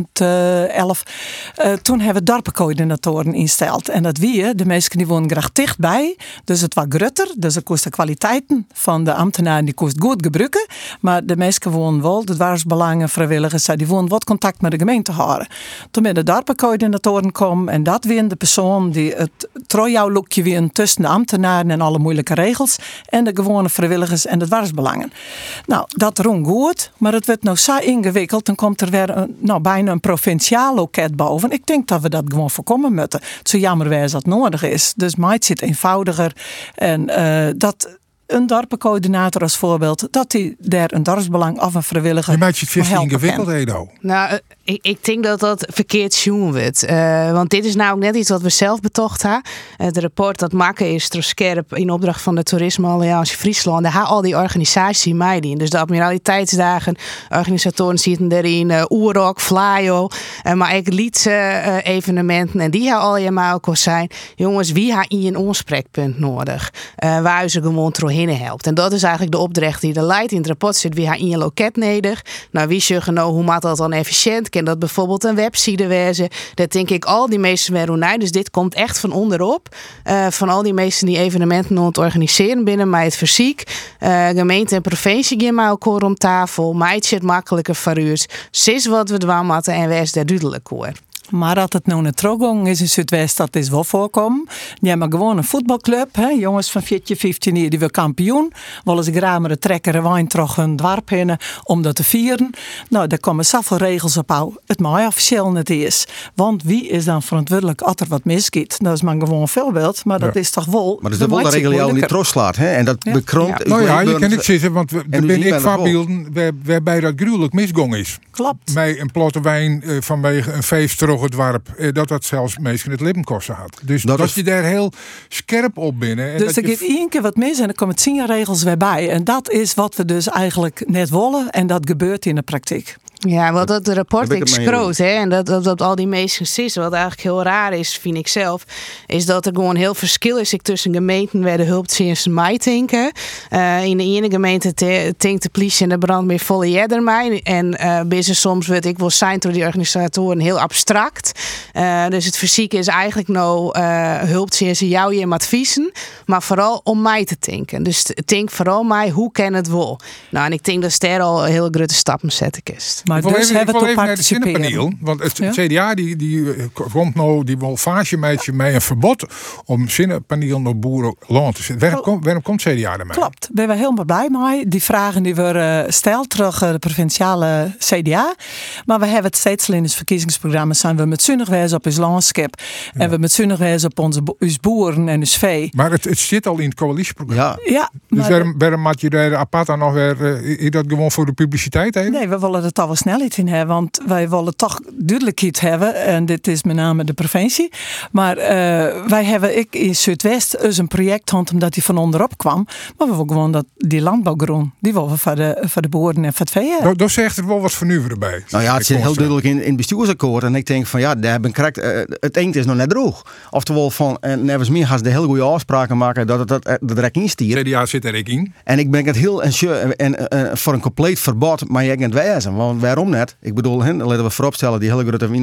2011. Toen hebben we dorpencoördinatoren insteld. En dat wie, de mensen die wonen graag dichtbij. Dus het was grutter. Dus het kost de kwaliteiten van de ambtenaren die kost goed gebruiken. Maar de mensen wonen wel, de dwarsbelangen, vrijwilligers, die wonen wat contact met de gemeente houden. Toen ben de dorpencoördinatoren komen en dat weer de persoon die het trojouwloekje weer tussen de ambtenaren en alle moeilijke regels en de gewone vrijwilligers en de dwarsbelangen. Nou, dat roept goed, maar het werd nou zo ingewikkeld. Dan komt er weer bijna een provinciaal loket boven. Ik denk dat we dat gewoon voorkomen moeten. Het zo jammer wees dat nodig is. Dus mij zit eenvoudiger en dat een dorpencoördinator als voorbeeld, dat hij daar een dorpsbelang of een vrijwilliger. Je maakt het vis ingewikkeld, Edo. Nou, ik denk dat dat verkeerd zien wordt. Want dit is nou net iets wat we zelf betocht hebben. Het rapport dat maken is scherp in opdracht van de Toerisme Alliantie Friesland. Daar al die organisaties mee in. Dus de admiraliteitsdagen, organisatoren zitten erin, Oerok, Flyo, maar ook Lietse evenementen. En die al je maar ook zijn. Jongens, wie heeft in een onspreekpunt nodig? Waar ze gewoon doorheen helpt. En dat is eigenlijk de opdracht die er leidt. In het rapport zit wie in je loket nodig. Nou, wie zeggen nou, hoe maakt dat dan efficiënt? Kan dat bijvoorbeeld een website wezen? Dat denk ik al die mensen weer doen. Dus dit komt echt van onderop. Van al die mensen die evenementen aan het organiseren binnen mij het fysiek. Gemeente en provincie gaan met elkaar om tafel. Mij het zit makkelijker voor u. Sis wat we doen moeten en wees daar duidelijk hoor. Maar dat het nou een trogong is in Zuidwest, dat is wel voorkomen. Ja, maar gewoon een voetbalclub, hè? Jongens van 15 jaar die wil kampioen. Willen ze graag trekken en wijn terug hun dorp heen om dat te vieren. Nou, daar komen zoveel regels op uit. Het mag officieel niet is. Want wie is dan verantwoordelijk als er wat misgaat? Dat is maar gewoon een voorbeeld, maar dat is toch wel. Maar dat is de wel regel jou niet troslaat, hè? En dat bekromt. Nou ja, je kan het zeggen, want er ben ik voorbeelden waarbij dat gruwelijk misgong is. Klopt. Met een plotte wijn vanwege een feest terug het warp, dat zelfs meestal het lippenkosten had. Dus dat je daar heel scherp op binnen. En dus er gaat één keer wat mis en dan komen 10 regels weer bij. En dat is wat we dus eigenlijk net willen. En dat gebeurt in de praktijk. Ja, wat dat rapport ik scroot, hè, en dat al die mensen sissen, wat eigenlijk heel raar is, vind ik zelf, is dat er gewoon heel verschil is tussen gemeenten waar de hulpdiensten mij tanken. In de ene gemeente tankt de politie en de brandweer volle jeder mij. En binnen soms weet ik wel zijn door die organisatoren heel abstract. Dus het fysiek is eigenlijk nou hulpdiensten jou je adviezen, maar vooral om mij te tanken. Dus denk vooral mij, hoe kan het wel? Nou, en ik denk dat daar al een hele grote stappen zetten is. Maar dus hebben we toch participeren. Paneel, want het CDA die komt nou, die wil fagemeidje met een verbod om zinnenpaneel naar boerenland te zetten. Waarom komt CDA ermee? Klopt, ben we helemaal blij mee. Die vragen die we stellen terug de provinciale CDA. Maar we hebben het steeds in het verkiezingsprogramma zijn we met zonnig wijze op ons landschap. Ja. En we met zonnig wijze op onze boeren en ons vee. Maar het zit al in het coalitieprogramma. Ja. Dus waarom maak je daar apart aan nog weer? Is dat gewoon voor de publiciteit? Nee, we willen het al snelheid in hebben. Want wij willen toch duidelijkheid hebben. En dit is met name de provincie. Maar wij hebben in Zuidwest dus een project gehad omdat die van onderop kwam. Maar we willen gewoon dat die landbouwgrond, die willen we voor de boeren en voor het vee. Daar zegt er wel wat vernuiveren bij. Nou ja, het zit heel duidelijk in het bestuursakkoord. En ik denk van ja, daar hebben correct, het inkt is nog net droog. Oftewel van, nevens meer gaan ze de hele goede afspraken maken dat het direct instiert. CDA zit er ook in. En ik ben het heel voor een compleet verbod, maar je kan het wijzen. Want waarom net? Ik bedoel, laten we vooropstellen, die hele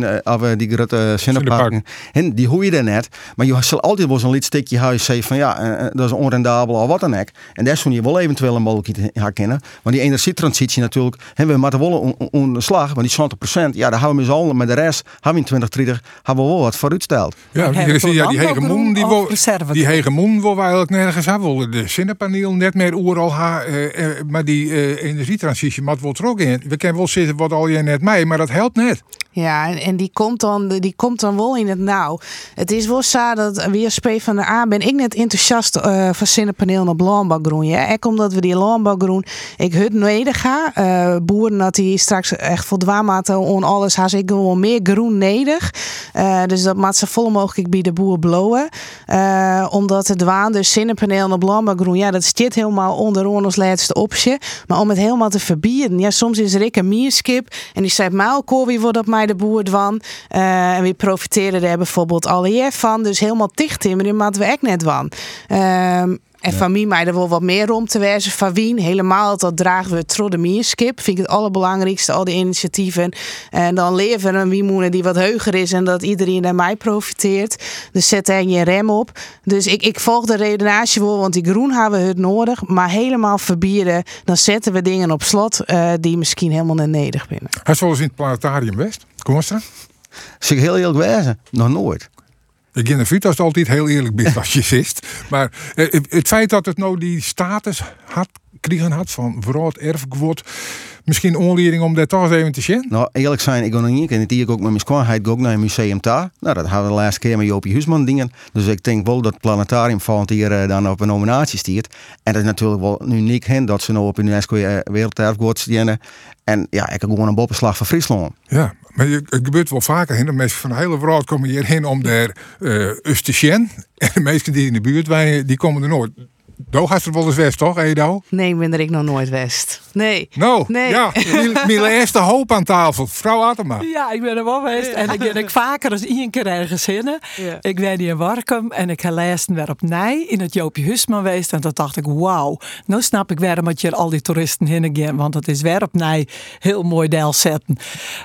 grote zinnenparken, die hoor je er net. Maar je zal altijd wel zo'n lietstukje huis zeggen van ja, dat is onrendabel of wat dan ook. En daar zou je wel eventueel een mogelijkheid herkennen. Want die energietransitie natuurlijk, we moeten wel onder de slag, want die 20%, ja, daar hebben we met z'n allen, maar de rest hebben we in 2030 hebben we wel wat vooruitsteld. Ja, die hegemoen, die hegemoen wil we eigenlijk nergens hebben. De zonnepaneel net meer overal maar die energietransitie moet wel terug in. We kunnen wel zitten wat al je net mee, maar dat helpt net. Ja, en die komt dan wel in het nauw. Het is wel zo dat weer van de A ben ik net enthousiast van zonnepaneel op landbouwgroen. Ja, ook omdat we die landbouwgroen ik het nodig ga. Boeren dat die straks echt voldaan maken on alles, haast ik wel meer groen nodig. Dus dat maakt ze vol mogelijk bij de boer blowen. Omdat het waan dus zonnepaneel op landbouwgroen, ja, dat zit helemaal onder ons laatste optie. Maar om het helemaal te verbieden, ja, soms is er een mierskip en die zegt maalkoor, wie wordt op mij de boer dwan. En we profiteren er bijvoorbeeld alle van. Dus helemaal dicht in, maar die moeten we echt net van. En van mij er wel wat meer om te wijzen. Van Wien, helemaal dat dragen we tro de mierskip. Vind ik het allerbelangrijkste, al die initiatieven. En dan leven we een wiemoeder die wat heuger is en dat iedereen naar mij profiteert. Dus zet er je rem op. Dus ik volg de redenatie wel, want die groen hebben we het nodig. Maar helemaal verbieden, dan zetten we dingen op slot die misschien helemaal niet nodig binnen. Hij is wel eens in het planetarium West. Kom eens dan. Zeg heel eerlijk wijzen, nog nooit. Ik ben ervan als het altijd heel eerlijk bent als je zit. Maar het feit dat het nou die status kregen had van verraad erfgoed, misschien onleiding om dat toch even te zien? Nou, eerlijk zijn, ik ga nog niet. En het hier ook met mijn schoonheid ook naar een museum daar. Nou, dat hadden we de laatste keer met Jopie Huisman dingen. Dus ik denk wel dat het planetarium volgend hier dan op een nominatie stiert. En dat is natuurlijk wel uniek hen dat ze nou op UNESCO werelderfgoed staan. En ja, ik heb gewoon een boppenslag van Friesland. Ja, maar het gebeurt wel vaker. De mensen van de hele wereld komen hierheen om daar te zien. En de mensen die in de buurt wonen, die komen er nooit. Doe gaat er wel eens West, toch, Edo? Nee, ik ben er nog nooit West. Nee. Nou, nee. Ja. Mijn eerste hoop aan tafel. Mevrouw Atema. Ja, ik ben er wel geweest. En ik ben vaker dan 1 keer ergens in. Ja. Ik ben hier in Warkum en ik heb lezen weer op Nij in het Joopje Husman geweest. En toen dacht ik, wauw, nou snap ik waarom dat je al die toeristen heen gaan. Want het is weer op Nij heel mooi deel zetten.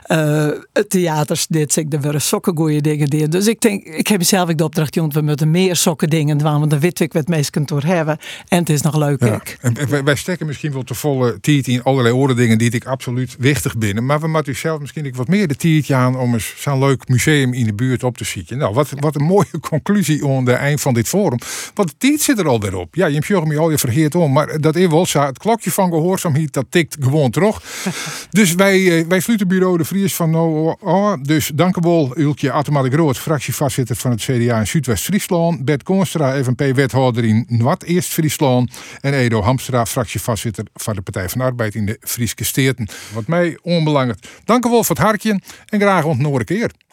Het theaters, dit ik er weer sokken goede dingen doen. Dus ik denk, ik heb mezelf de opdracht, jongen, we moeten meer sokken dingen doen. Want dan weet ik wat meest kantoor hebben. En het is nog leuk. Ja. En wij stekken misschien wel te volle tijd in allerlei andere dingen die ik absoluut wichtig binnen. Maar we moeten zelf misschien ook wat meer de tijd aan om eens zo'n leuk museum in de buurt op te zien. Nou, wat een mooie conclusie aan het eind van dit forum. Want de tijd zit er al weer op. Ja, je hebt me al je vergeet om. Maar dat is wel zo. Het klokje van gehoorzaamheid, dat tikt gewoon terug. Dus wij sluiten bureau De Vries van nou. Dus dankjewel Ultje Atema de Groot, fractievoorzitter van het CDA in Zuidwest-Friesland. Bert Koonstra, FNP-wethouder in Noord-Eerst-Friesland. En Edo Hamstra, fractievoorzitter van de Partij van de Arbeid in de Frieske Steerten. Wat mij onbelangrijk. Dank u wel voor het hartje en graag nog een keer.